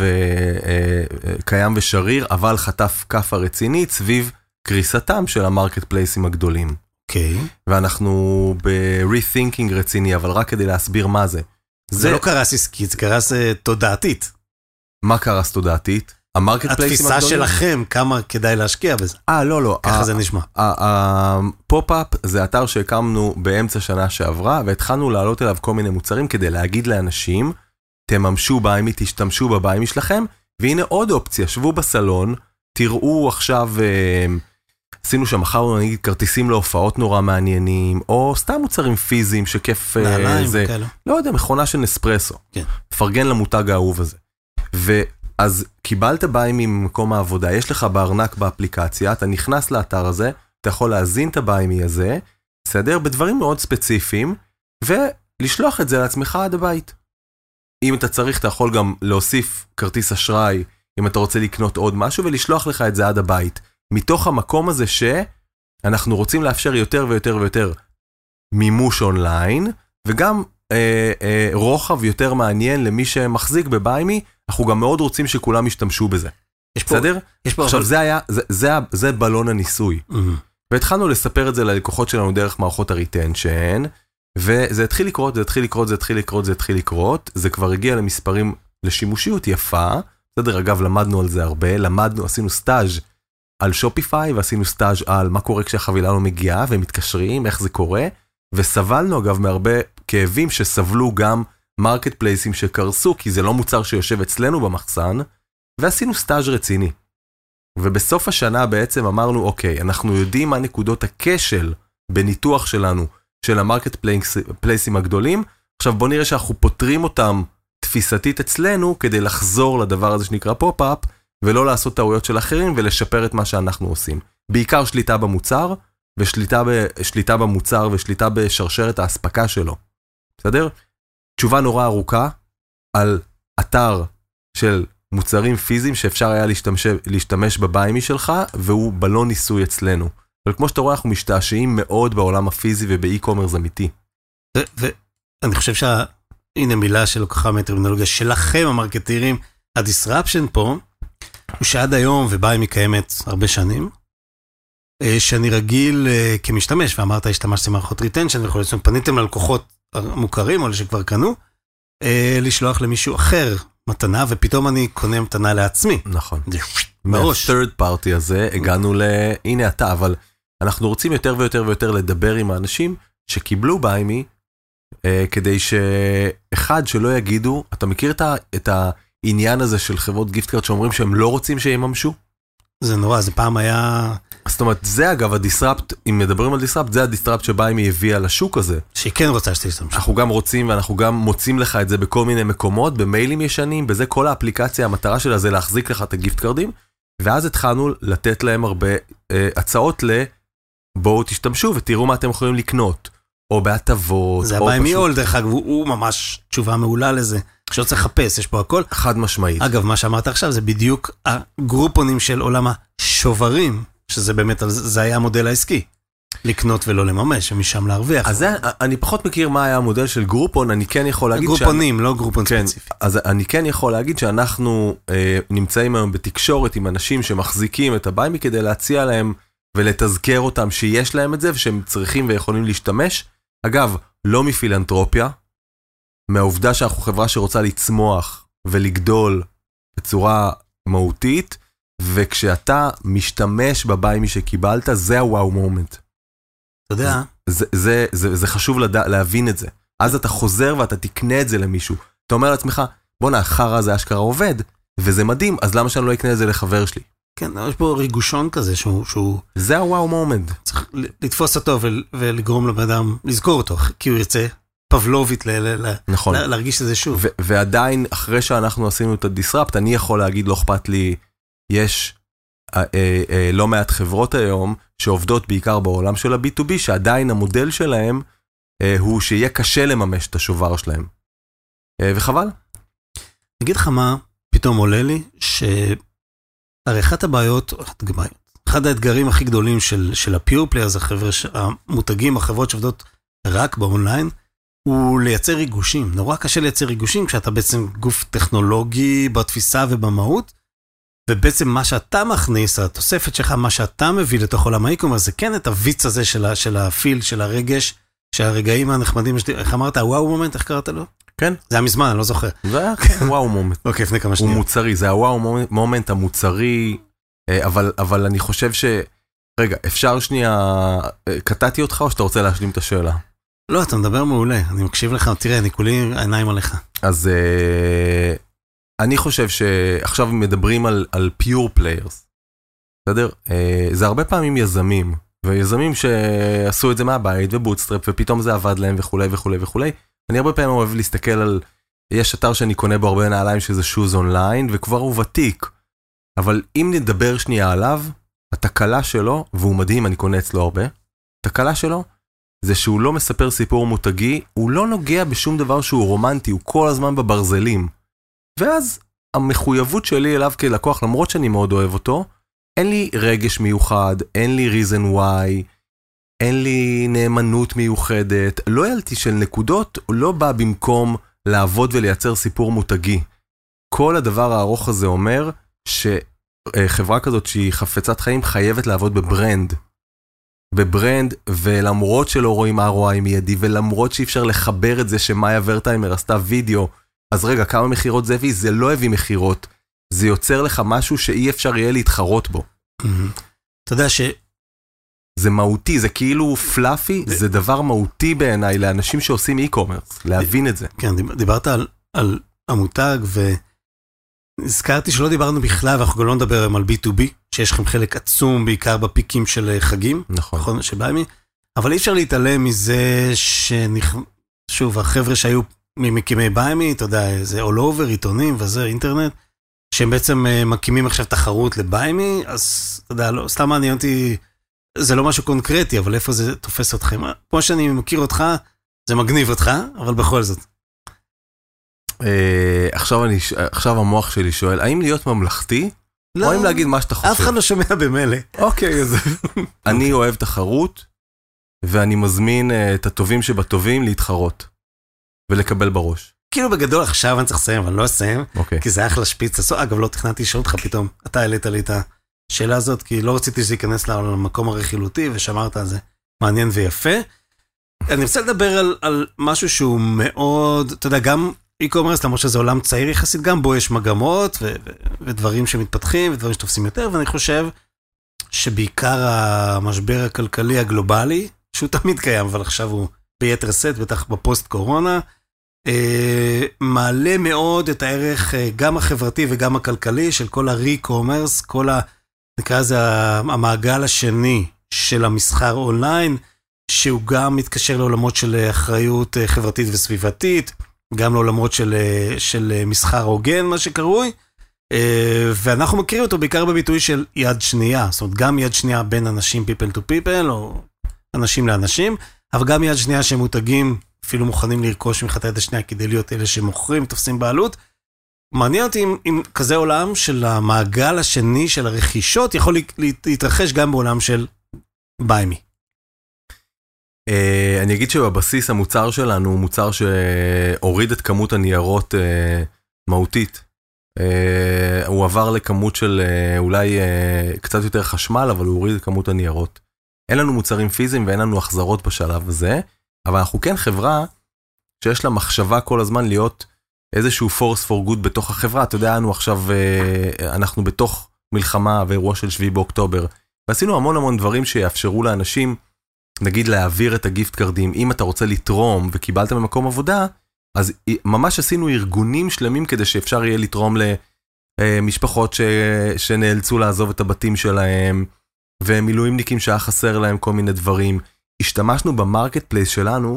קיים ושריר, אבל חטף כפה רצינית סביב קריסתם של המרקט פלייסים הגדולים. אוקיי. ואנחנו ב-rethinking רציני, אבל רק כדי להסביר מה זה. זה לא קרס עסקית, זה קרס תודעתית. מה קרס תודעתית? התפיסה שלכם, כמה כדאי להשקיע בזה. לא. ככה זה נשמע. הפופ-אפ זה אתר שהקמנו באמצע שנה שעברה, והתחלנו לעלות אליו כל מיני מוצרים כדי להגיד לאנשים, תממשו ביימי, תשתמשו בביימי שלכם, והנה עוד אופציה, שבו בסלון, תראו עכשיו, עשינו שם, מחרנו נגיד כרטיסים להופעות נורא מעניינים, או סתם מוצרים פיזיים שכיף זה, לא יודע, מכונה של נספרסו. תפרגן למותג האהוב הזה. אז קיבלת ביימי ממקום העבודה, יש לך בארנק באפליקציה, אתה נכנס לאתר הזה, אתה יכול להזין את הביימי הזה, בסדר? בדברים מאוד ספציפיים, ולשלוח את זה לעצמך עד הבית. אם אתה צריך, אתה יכול גם להוסיף כרטיס אשראי, אם אתה רוצה לקנות עוד משהו, ולשלוח לך את זה עד הבית. מתוך המקום הזה שאנחנו רוצים לאפשר יותר ויותר ויותר מימוש אונליין, וגם רוחב יותר מעניין למי שמחזיק בביימי, אנחנו גם מאוד רוצים שכולם ישתמשו בזה. בסדר? עכשיו זה בלון הניסוי. והתחלנו לספר את זה ללקוחות שלנו דרך מערכות הריטנשן, וזה התחיל לקרות, זה כבר הגיע למספרים לשימושיות יפה, בסדר? אגב, למדנו על זה הרבה, עשינו סטאז' על שופיפיי, ועשינו סטאז' על מה קורה כשהחבילה לא מגיעה, והם מתקשרים, איך זה קורה, וסבלנו אגב מהרבה כאבים שסבלו גם מרקט פלייסים שקרסו, כי זה לא מוצר שיושב אצלנו במחסן, ועשינו סטאז' רציני. ובסוף השנה בעצם אמרנו, אוקיי, אנחנו יודעים מה נקודות הכשל בניתוח שלנו, של המרקט פלייסים הגדולים, עכשיו בוא נראה שאנחנו פותרים אותם תפיסתית אצלנו, כדי לחזור לדבר הזה שנקרא פופ-אפ, ולא לעשות טעויות של אחרים, ולשפר את מה שאנחנו עושים. בעיקר שליטה במוצר, ושליטה במוצר, ושליטה בשרשרת ההספקה שלו. בסדר? תשובה נורא ארוכה, על אתר של מוצרים פיזיים, שאפשר היה להשתמש בביימי שלך, והוא בלון ניסוי אצלנו. אבל כמו שאתה רואה, אנחנו משתעשעים מאוד בעולם הפיזי, ובאי-קומרס אמיתי. ואני חושב הנה מילה שלוקחה מהטרמינולוגיה שלכם, המרקטירים, הדיסרפשן פה, הוא שעד היום, וביימי קיימת הרבה שנים, שאני רגיל כמשתמש, ואמרת, השתמשתם מערכות ריטנשן, ויכול להיות פניתם ללקוחות מוכרים, או שכבר קנו, לשלוח למישהו אחר מתנה, ופתאום אני קונה מתנה לעצמי. נכון. מה-third party הזה, הגענו הנה אתה, אבל אנחנו רוצים יותר ויותר ויותר לדבר עם האנשים שקיבלו ביימי, כדי שאחד שלא יגידו, אתה מכיר את העניין הזה של חברות גיפט קארד שאומרים שהם לא רוצים שיממשו? זה נורא, זה פעם היה... זאת אומרת, זה אגב הדיסרפט, אם מדברים על דיסרפט, זה הדיסרפט שביימי הביאה לשוק הזה. שהיא כן רוצה שתשתמש. אנחנו גם רוצים, ואנחנו גם מוצאים לך את זה בכל מיני מקומות, במיילים ישנים, בזה כל האפליקציה, המטרה שלה זה להחזיק לך את הגיפט קארדים, ואז התחלנו לתת להם הרבה הצעות בואו תשתמשו ותראו מה אתם יכולים לקנות, או בהטבות, זה הבא מיול, דרך אגב, הוא ממש תשובה מעולה לזה. כשאתה צריך לחפש, יש פה הכל. חד משמעית. אגב, מה שאמרת עכשיו זה בדיוק הגרופונים של עולם השוברים, שזה באמת, זה היה המודל העסקי. לקנות ולא לממש, ומשם להרוויח. אז אני פחות מכיר מה היה המודל של גרופון, אני כן יכול להגיד... גרופונים, לא גרופון ספציפי. אז אני כן יכול להגיד שאנחנו נמצאים היום בתקשורת עם אנשים שמחזיקים את הביימי כדי להציע להם ולתזכר אותם שיש להם את זה, ושהם צריכים ויכולים להשתמש. אגב, לא מפילנטרופיה, מהעובדה שאנחנו חברה שרוצה לצמוח ולגדול בצורה מהותית, וכשאתה משתמש בביימי שקיבלת, זה הוואו מומנט. אתה יודע? זה חשוב להבין את זה. אז אתה חוזר ואתה תקנה את זה למישהו. אתה אומר לעצמך, בוא החרא הזה אשכרה עובד, וזה מדהים, אז למה שאני לא אקנה את זה לחבר שלי? כן, יש פה ריגושון כזה שהוא... זה הוואו מומנט. צריך לתפוס אותו ולגרום לבן אדם לזכור אותו, כי הוא ירצה פבלובית נכון. להרגיש את זה שוב. ועדיין, אחרי שאנחנו עשינו את הדיסרפט, אני יכול להגיד, לא אכפת לי, יש לא מעט חברות היום, שעובדות בעיקר בעולם של ה-B2B, שעדיין המודל שלהם הוא שיהיה קשה לממש את השובר שלהם. וחבל. נגיד לך מה, פתאום עולה לי, הרי אחת הבעיות, אחד האתגרים הכי גדולים של הפיור פליירס, המותגים, החברות שעובדות רק באונליין, הוא לייצר ריגושים. נורא קשה לייצר ריגושים, כשאתה בעצם גוף טכנולוגי בתפיסה ובמהות, ובעצם מה שאתה מכניס, התוספת שלך, מה שאתה מביא לתוך עולם האי-קומרס, זה כן את הוויץ הזה של הפיל, של הרגש, של הרגעים הנחמדים, איך אמרת, הוואו מומנט, איך קראת לו? כן. זה היה מזמן, אני לא זוכר. זה היה וואו מומנט. אוקיי, לפני כמה שניות. הוא מוצרי, זה הוואו מומנט המוצרי, אבל אני חושב רגע, אפשר שנייה, קטעתי אותך או שאתה רוצה להשלים את השאלה? לא, אתה מדבר מעולה, אני מקשיב לך, תראה, אני כולי עיניים עליך. אז אני חושב שעכשיו מדברים על פיור פליירס, בסדר? זה הרבה פעמים יזמים, ויזמים שעשו את זה מהבית ובוטסטראפ, ופתאום זה עבד להם וכולי וכולי וכולי. אני הרבה פעמים אוהב להסתכל על, יש אתר שאני קונה בו הרבה נעליים שזה שוז אונליין, וכבר הוא ותיק. אבל אם נדבר שנייה עליו, התקלה שלו, והוא מדהים, אני קונה אצלו הרבה, התקלה שלו, זה שהוא לא מספר סיפור מותגי, הוא לא נוגע בשום דבר שהוא רומנטי, הוא כל הזמן בברזלים. ואז המחויבות שלי אליו כלקוח, למרות שאני מאוד אוהב אותו, אין לי רגש מיוחד, אין לי reason why, אין לי נאמנות מיוחדת, לויאלטי של נקודות, הוא לא בא במקום לעבוד ולייצר סיפור מותגי. כל הדבר הארוך הזה אומר שחברה כזאת שהיא חפצת חיים חייבת לעבוד בברנד, ולמרות שלא רואים ROI מיידי, ולמרות שאי אפשר לחבר את זה שמאיה ורטהיימר עשתה וידאו, אז רגע, כמה מחירות זה הביא? זה לא הביא מחירות. זה יוצר לך משהו שאי אפשר יהיה להתחרות בו. אתה יודע זה מהותי, זה כאילו פלאפי, זה דבר מהותי בעיניי לאנשים שעושים e-commerce, להבין את זה. כן, דיברת על המותג, והזכרתי שלא דיברנו בכלל, ואנחנו גם לא נדבר על B2B, שיש לכם חלק עצום, בעיקר בפיקים של חגים. נכון. שבאים, אבל אי אפשר להתעלם מזה שוב, החבר'ה שהיו ממקימי ביימי, אתה יודע, זה all over, עיתונים וזה, אינטרנט, שהם בעצם מקימים עכשיו תחרות לביימי, אז אתה יודע, לא, סתם מעניין אותי, זה לא משהו קונקרטי, אבל איפה זה תופס אתכם? כמו שאני מכיר אותך, זה מגניב אותך, אבל בכל זאת. עכשיו המוח שלי שואל, האם להיות ממלכתי, או האם להגיד מה שאתה חושב? אף אחד לא שומע במלא. אוקיי, אז אני אוהב תחרות, ואני מזמין את הטובים שבטובים להתחרות, ולקבל בראש. כאילו בגדול עכשיו אני צריך לסיים, אבל לא אסיים, כי זה אחלה שפיץ. אגב, לא תכננתי לשאול אותך פתאום, אתה העלית לי את השאלה הזאת, כי לא רציתי שזה ייכנס למקום הרכילותי, ושמרת על זה מעניין ויפה. אני רוצה לדבר על משהו שהוא מאוד, אתה יודע, גם e-commerce, למרות שזה עולם צעיר יחסית, גם בו יש מגמות, ודברים שמתפתחים, ודברים שתופסים יותר, ואני חושב שבעיקר המשבר הכלכלי הגלובלי, שהוא תמיד קיים, אבל עכשיו הוא ביתר סט, בטח בפוסט קורונה, מעלה מאוד את הערך גם החברתי וגם הכלכלי של כל ה-re-commerce, כל נקרא לזה המעגל השני של המסחר אונליין, שהוא גם מתקשר לעולמות של אחריות חברתית וסביבתית, גם לעולמות של מסחר הוגן, מה שקרוי, ואנחנו מכירים אותו בעיקר בביטוי של יד שנייה, זאת אומרת, גם יד שנייה בין אנשים people to people, או אנשים לאנשים, אבל גם יד שנייה שמותגים, אפילו מוכנים לרכוש ממך יד השנייה, כדי להיות אלה שמוכרים, תופסים בעלות. מעניין אותי אם כזה עולם של המעגל השני של הרכישות, יכול להתרחש גם בעולם של buy me. אני אגיד שבבסיס המוצר שלנו הוא מוצר שהוריד את כמות הניירות מהותית. הוא עבר לכמות של אולי קצת יותר חשמל, אבל הוא הוריד את כמות הניירות. אין לנו מוצרים פיזיים ואין לנו החזרות בשלב הזה, אבל אנחנו כן חברה שיש לה מחשבה כל הזמן להיות איזשהו force for good בתוך החברה. אתה יודע, אנחנו בתוך מלחמה ואירוע של 7 באוקטובר, ועשינו המון דברים שיאפשרו לאנשים, נגיד להעביר את הגיפט קרדים. אם אתה רוצה לתרום וקיבלת במקום עבודה, אז ממש עשינו ארגונים שלמים כדי שאפשר יהיה לתרום למשפחות שנאלצו לעזוב את הבתים שלהם, ומילואימניקים שהיה חסר להם כל מיני דברים. השתמשנו במרקט פלייס שלנו,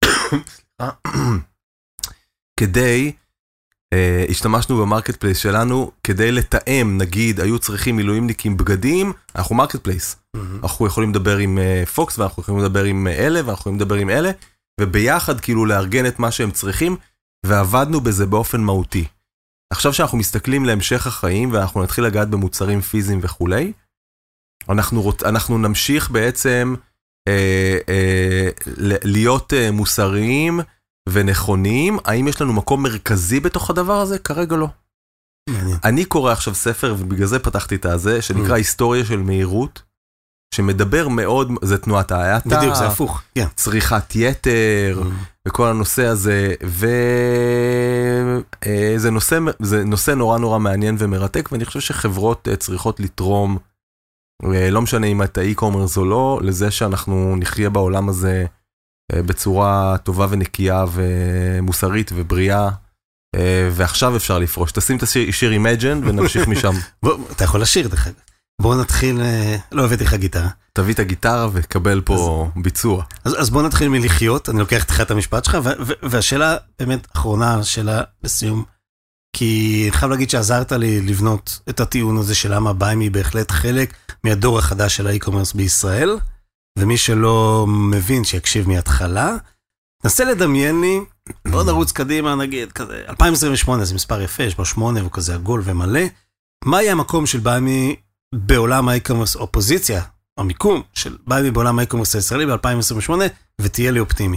כדי לתאם, נגיד, היו צריכים מילואימניקים בגדים, אנחנו מרקט פלייס. אנחנו יכולים לדבר עם פוקס, ואנחנו יכולים לדבר עם אלה, ואנחנו יכולים לדבר עם אלה, וביחד כאילו לארגן את מה שהם צריכים, ועבדנו בזה באופן מהותי. עכשיו שאנחנו מסתכלים להמשך החיים, ואנחנו נתחיל לגעת במוצרים פיזיים וכולי, אנחנו נמשיך בעצם להיות מוסריים ונכונים. האם יש לנו מקום מרכזי בתוך הדבר הזה? כרגע לא. אני קורא עכשיו ספר, ובגלל זה פתחתי את הזה, שנקרא היסטוריה של מהירות, שמדבר מאוד, זה תנועת ההאטה, בדיוק, זה הפוך, צריכת יתר, וכל הנושא הזה, וזה נושא נורא מעניין ומרתק, ואני חושב שחברות צריכות לתרום, לא משנה אם אתה e-commerce או לא, לזה שאנחנו נחיה בעולם הזה בצורה טובה ונקייה ומוסרית ובריאה, ועכשיו אפשר לפרוש. תשים את השיר Imagine ונמשיך משם. אתה יכול לשיר, בואו נתחיל, לא הבאתי לך גיטרה. תביא את הגיטרה וקבל פה ביצוע. אז בואו נתחיל מלחיות, אני לוקח את המשפט שלך, והשאלה באמת אחרונה, השאלה לסיום, כי אני חייב להגיד שעזרת לי לבנות את הטיעון הזה של למה buy me בהחלט חלק מהדור החדש של האי-קומרס בישראל, ומי שלא מבין שיקשיב מההתחלה, נסה לדמיין לי, בואו נרוץ קדימה, נגיד, כזה, 2028 זה מספר יפה, יש בו 8 והוא כזה עגול ומלא, מה יהיה המקום של buy me בעולם האי-קומרס, אופוזיציה, המיקום של buy me בעולם האי-קומרס הישראלי ב-2028, ותהיה לי אופטימי.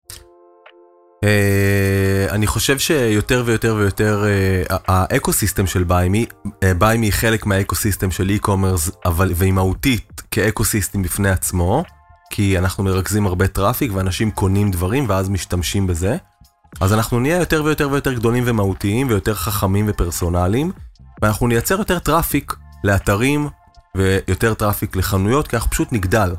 אני חושב שיותר ויותר האקוסיסטם של buy me היא חלק מהאקוסיסטם של e-commerce, והיא מהותית כאקוסיסטם בפני עצמו, כי אנחנו מרכזים הרבה טראפיק ואנשים קונים דברים ואז משתמשים בזה, אז אנחנו נהיה יותר ויותר גדולים ומהותיים ויותר חכמים ופרסונליים, ואנחנו נייצר יותר טראפיק לאתרים ויותר טראפיק לחנויות, כי אנחנו פשוט נגדל.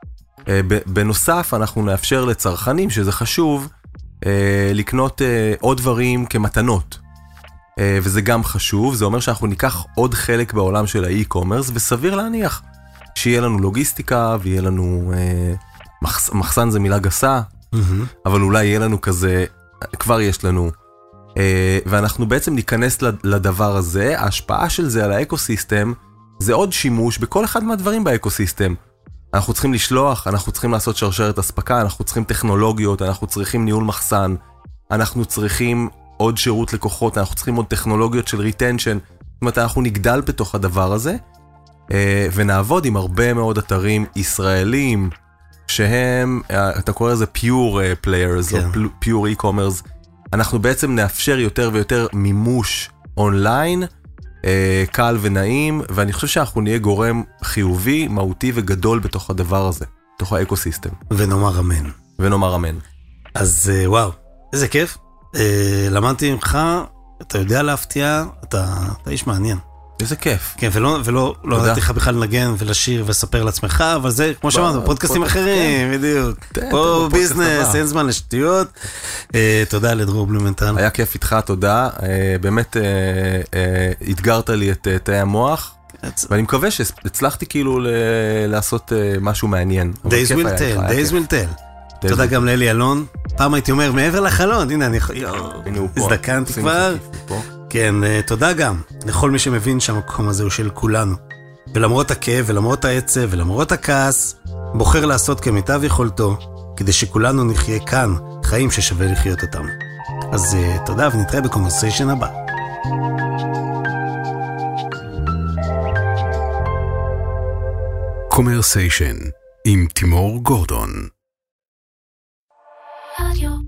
בנוסף אנחנו נאפשר לצרכנים, שזה חשוב, לקנות עוד דברים כמתנות, וזה גם חשוב. זה אומר שאנחנו ניקח עוד חלק בעולם של האי-קומרס, וסביר להניח שיהיה לנו לוגיסטיקה ויהיה לנו מחסן, זה מילה גסה, אבל אולי יהיה לנו כזה, כבר יש לנו, ואנחנו בעצם ניכנס לדבר הזה. ההשפעה של זה על האקוסיסטם זה עוד שימוש בכל אחד מהדברים באקוסיסטם. אנחנו צריכים לשלוח, אנחנו צריכים לעשות שרשרת הספקה, אנחנו צריכים טכנולוגיות, אנחנו צריכים ניהול מחסן, אנחנו צריכים עוד שירות לקוחות, אנחנו צריכים עוד טכנולוגיות של ריטנשן. זאת אומרת, אנחנו נגדל בתוך הדבר הזה, ונעבוד עם הרבה מאוד אתרים ישראלים, שהם, אתה קורא לזה pure players, או pure e-commerce. אנחנו בעצם נאפשר יותר ויותר מימוש אונליין, קל ונעים, ואני חושב שאנחנו נהיה גורם חיובי, מהותי וגדול בתוך הדבר הזה, בתוך האקוסיסטם. ונאמר אמן. אז וואו, איזה כיף. למדתי ממך, אתה יודע להפתיע, אתה איש מעניין. איזה כיף. כן, ולא נתתי לך בכלל לנגן ולשיר ולספר לעצמך, אבל זה, כמו שאמרנו, פודקאסטים אחרים, בדיוק. פה ביזנס, אין זמן לשטויות. תודה לדרור בלומנטל. היה כיף איתך, תודה. באמת התגרת לי את תאי המוח, ואני מקווה שהצלחתי כאילו לעשות משהו מעניין. Days will tell. תודה גם לאלי אלון. פעם הייתי אומר, מעבר לחלון, הנה, אני הזדקנתי כבר. כן, תודה גם לכל מי שמבין שהמקום הזה הוא של כולנו. ולמרות הכאב ולמרות העצב ולמרות הכעס, בוחר לעשות כמיטב יכולתו, כדי שכולנו נחיה כאן חיים ששווה לחיות אותם. אז תודה ונתראה בקונברסיישן הבא. קונברסיישן עם תימור גורדון. רדיו